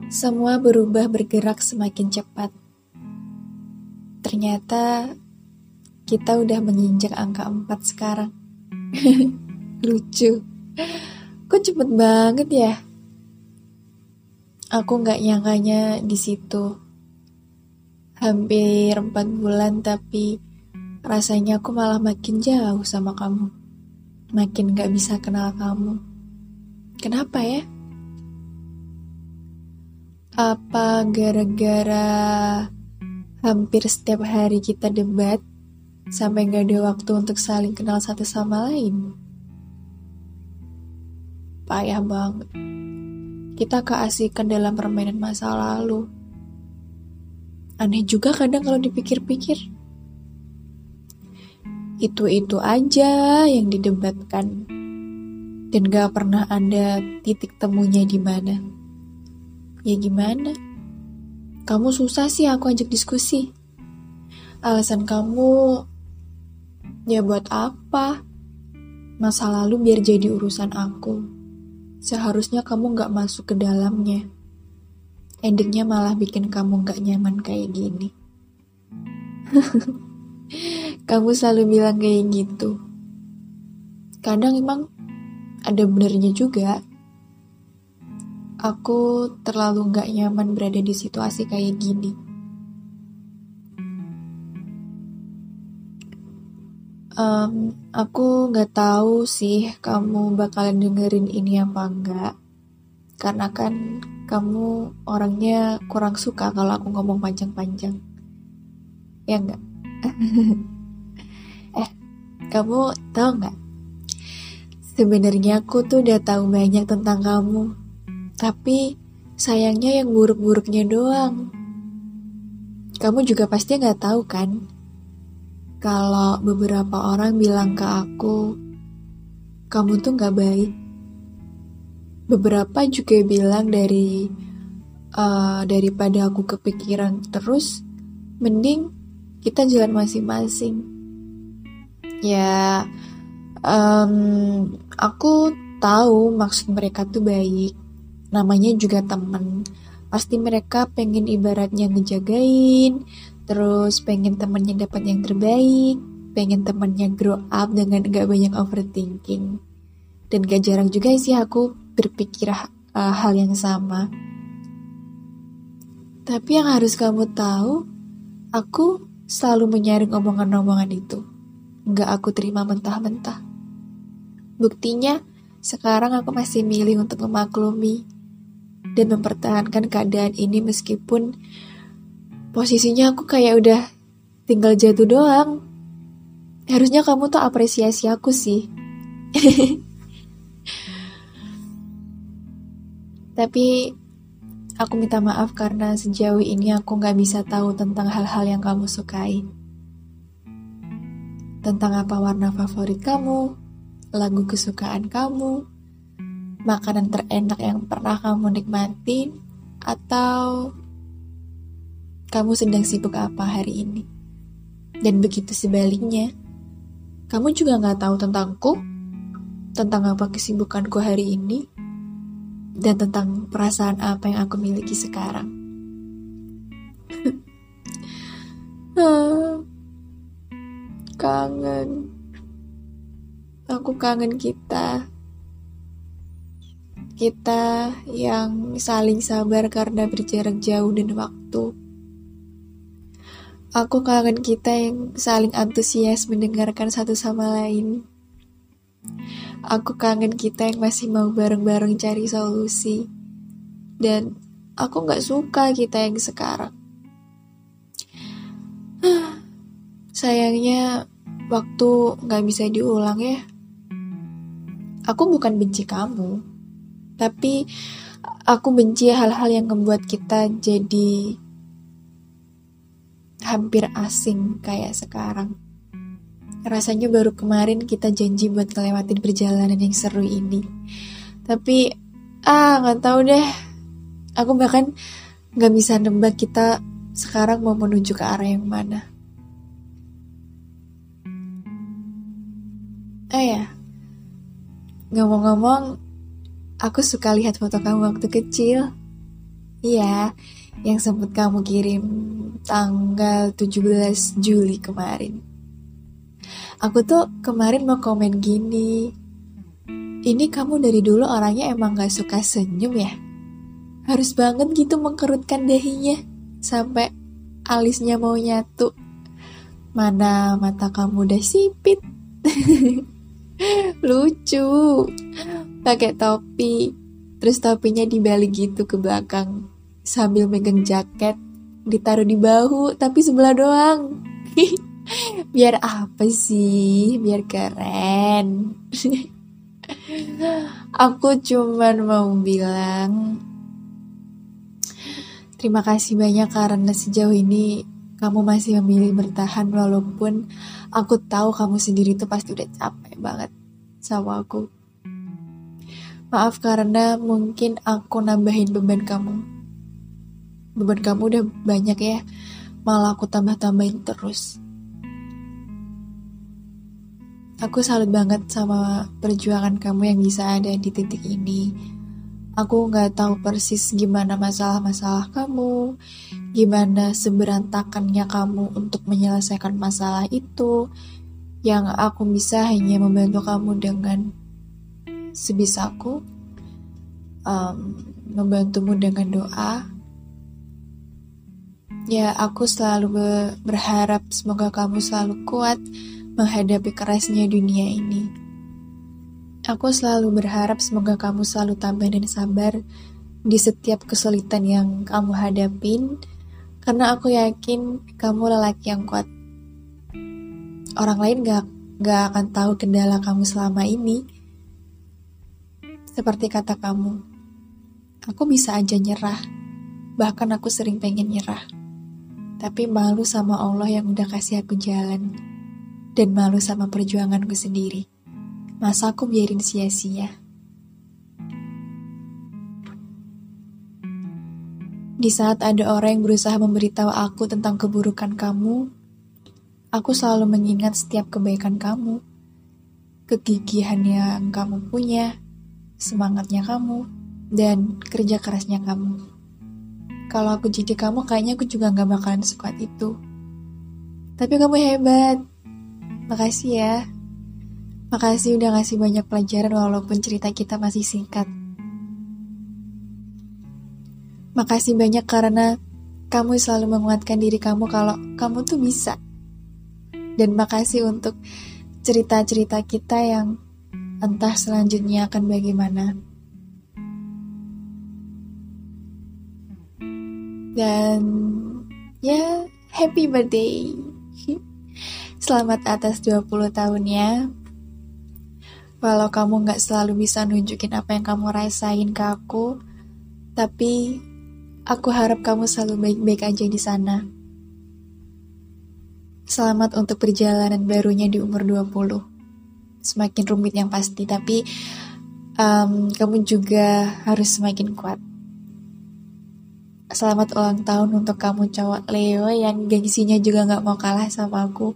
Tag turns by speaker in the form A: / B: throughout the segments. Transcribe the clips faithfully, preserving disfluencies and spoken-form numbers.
A: Semua berubah bergerak semakin cepat. Ternyata kita udah menginjak angka empat sekarang. Lucu. Kok cepet banget ya? Aku gak nyangkanya di situ. Hampir empat bulan tapi rasanya aku malah makin jauh sama kamu. Makin gak bisa kenal kamu. Kenapa ya? Apa gara-gara hampir setiap hari kita debat sampai gak ada waktu untuk saling kenal satu sama lain? Payah banget. Kita keasikan dalam permainan masa lalu. Aneh juga kadang kalau dipikir-pikir. Itu-itu aja yang didebatkan. Dan gak pernah ada titik temunya di mana. Ya gimana? Kamu susah sih aku ajak diskusi. Alasan kamu, ya buat apa? Masa lalu biar jadi urusan aku. Seharusnya kamu gak masuk ke dalamnya. Endingnya malah bikin kamu gak nyaman kayak gini. Kamu selalu bilang kayak gitu. Kadang emang ada benernya juga. Aku terlalu gak nyaman berada di situasi kayak gini. Um, aku gak tahu sih kamu bakalan dengerin ini apa enggak. Karena kan kamu orangnya kurang suka kalau aku ngomong panjang-panjang. Ya enggak? eh, kamu tahu nggak? Sebenarnya aku tuh udah tahu banyak tentang kamu. Tapi sayangnya yang buruk-buruknya doang. Kamu juga pasti gak tahu kan? Kalau beberapa orang bilang ke aku, kamu tuh gak baik. Beberapa juga bilang dari uh, daripada aku kepikiran terus, mending kita jalan masing-masing. Ya, um, aku tahu maksud mereka tuh baik. Namanya juga temen. Pasti mereka pengen ibaratnya ngejagain, terus pengen temennya dapat yang terbaik, pengen temennya grow up dengan gak banyak overthinking. Dan gak jarang juga sih aku berpikir uh, hal yang sama. Tapi yang harus kamu tahu, aku selalu menyaring omongan-omongan itu. Gak aku terima mentah-mentah. Buktinya, sekarang aku masih milih untuk memaklumi dan mempertahankan keadaan ini meskipun posisinya aku kayak udah tinggal jatuh doang. Harusnya kamu tuh apresiasi aku sih. Tapi aku minta maaf karena sejauh ini aku gak bisa tahu tentang hal-hal yang kamu sukai. Tentang apa warna favorit kamu, lagu kesukaan kamu, makanan terenak yang pernah kamu nikmatin, atau kamu sedang sibuk apa hari ini. Dan begitu sebaliknya, kamu juga gak tahu tentangku, tentang apa kesibukanku hari ini, dan tentang perasaan apa yang aku miliki sekarang. Kangen. Aku kangen kita. Kita yang saling sabar karena berjarak jauh dan waktu. Aku kangen kita yang saling antusias mendengarkan satu sama lain. Aku kangen kita yang masih mau bareng-bareng cari solusi. Dan aku gak suka kita yang sekarang. Sayangnya waktu gak bisa diulang ya. Aku bukan benci kamu, tapi aku benci hal-hal yang membuat kita jadi hampir asing kayak sekarang. Rasanya baru kemarin kita janji buat ngelewatin perjalanan yang seru ini. Tapi, ah gak tahu deh. Aku bahkan gak bisa nebak kita sekarang mau menuju ke arah yang mana. Oh ya, ngomong-ngomong, aku suka lihat foto kamu waktu kecil. Iya, yang sempat kamu kirim tanggal tujuh belas Juli kemarin. Aku tuh kemarin mau komen gini. Ini kamu dari dulu orangnya emang gak suka senyum ya? Harus banget gitu mengkerutkan dahinya sampai alisnya mau nyatu. Mana mata kamu udah sipit. Lucu. Pakai topi. Terus topinya dibalik gitu ke belakang. Sambil megang jaket. Ditaruh di bahu tapi sebelah doang. Biar apa sih? Biar keren. Aku cuman mau bilang terima kasih banyak karena sejauh ini kamu masih memilih bertahan walaupun aku tahu kamu sendiri tuh pasti udah capek banget sama aku. Maaf karena mungkin aku nambahin beban kamu. Beban kamu udah banyak ya, malah aku tambah-tambahin terus. Aku salut banget sama perjuangan kamu yang bisa ada di titik ini. Aku gak tahu persis gimana masalah-masalah kamu, gimana seberantakannya kamu untuk menyelesaikan masalah itu. Yang aku bisa hanya membantu kamu dengan sebisaku, um, membantumu dengan doa. Ya, aku selalu berharap semoga kamu selalu kuat menghadapi kerasnya dunia ini. Aku selalu berharap semoga kamu selalu tabah dan sabar di setiap kesulitan yang kamu hadapin, karena aku yakin kamu lelaki yang kuat. Orang lain gak, gak akan tahu kendala kamu selama ini. Seperti kata kamu, aku bisa aja nyerah, bahkan aku sering pengen nyerah. Tapi malu sama Allah yang udah kasih aku jalan, dan malu sama perjuanganku sendiri. Masa aku biarin sia-sia? Di saat ada orang yang berusaha memberitahu aku tentang keburukan kamu, aku selalu mengingat setiap kebaikan kamu, kegigihan yang kamu punya, semangatnya kamu, dan kerja kerasnya kamu. Kalau aku jadi kamu, kayaknya aku juga gak bakalan sekuat itu. Tapi kamu hebat. Makasih ya. Makasih udah ngasih banyak pelajaran walaupun cerita kita masih singkat. Makasih banyak karena kamu selalu menguatkan diri kamu kalau kamu tuh bisa. Dan makasih untuk cerita-cerita kita yang entah selanjutnya akan bagaimana. Dan ya, happy birthday. Selamat atas dua puluh tahunnya. Walau kamu gak selalu bisa nunjukin apa yang kamu rasain ke aku, tapi aku harap kamu selalu baik-baik aja di sana. Selamat untuk perjalanan barunya di umur dua puluh. Semakin rumit yang pasti, tapi um, kamu juga harus semakin kuat. Selamat ulang tahun untuk kamu cowok Leo yang gengsinya juga gak mau kalah sama aku.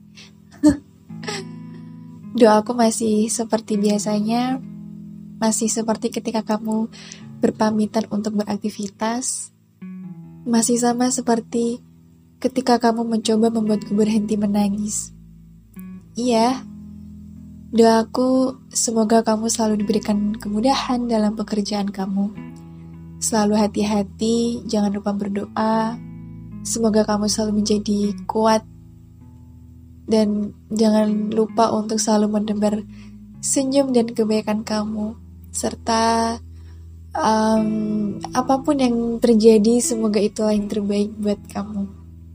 A: Doaku masih seperti biasanya, masih seperti ketika kamu berpamitan untuk beraktivitas, masih sama seperti ketika kamu mencoba membuatku berhenti menangis. Iya, doaku semoga kamu selalu diberikan kemudahan dalam pekerjaan kamu. Selalu hati-hati, jangan lupa berdoa. Semoga kamu selalu menjadi kuat. Dan jangan lupa untuk selalu menebar senyum dan kebaikan kamu. Serta um, apapun yang terjadi, semoga itulah yang terbaik buat kamu.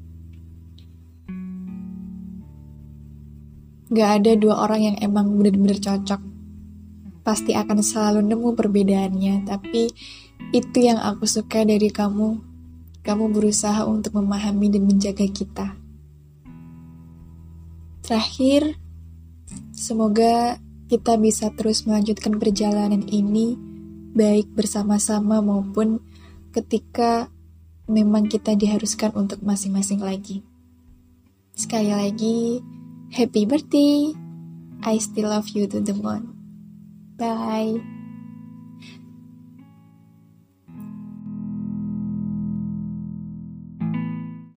A: Gak ada dua orang yang emang benar-benar cocok. Pasti akan selalu nemu perbedaannya. Tapi itu yang aku suka dari kamu. Kamu berusaha untuk memahami dan menjaga kita. Terakhir, semoga kita bisa terus melanjutkan perjalanan ini, baik bersama-sama maupun ketika memang kita diharuskan untuk masing-masing lagi. Sekali lagi, happy birthday. I still love you to the moon. Bye.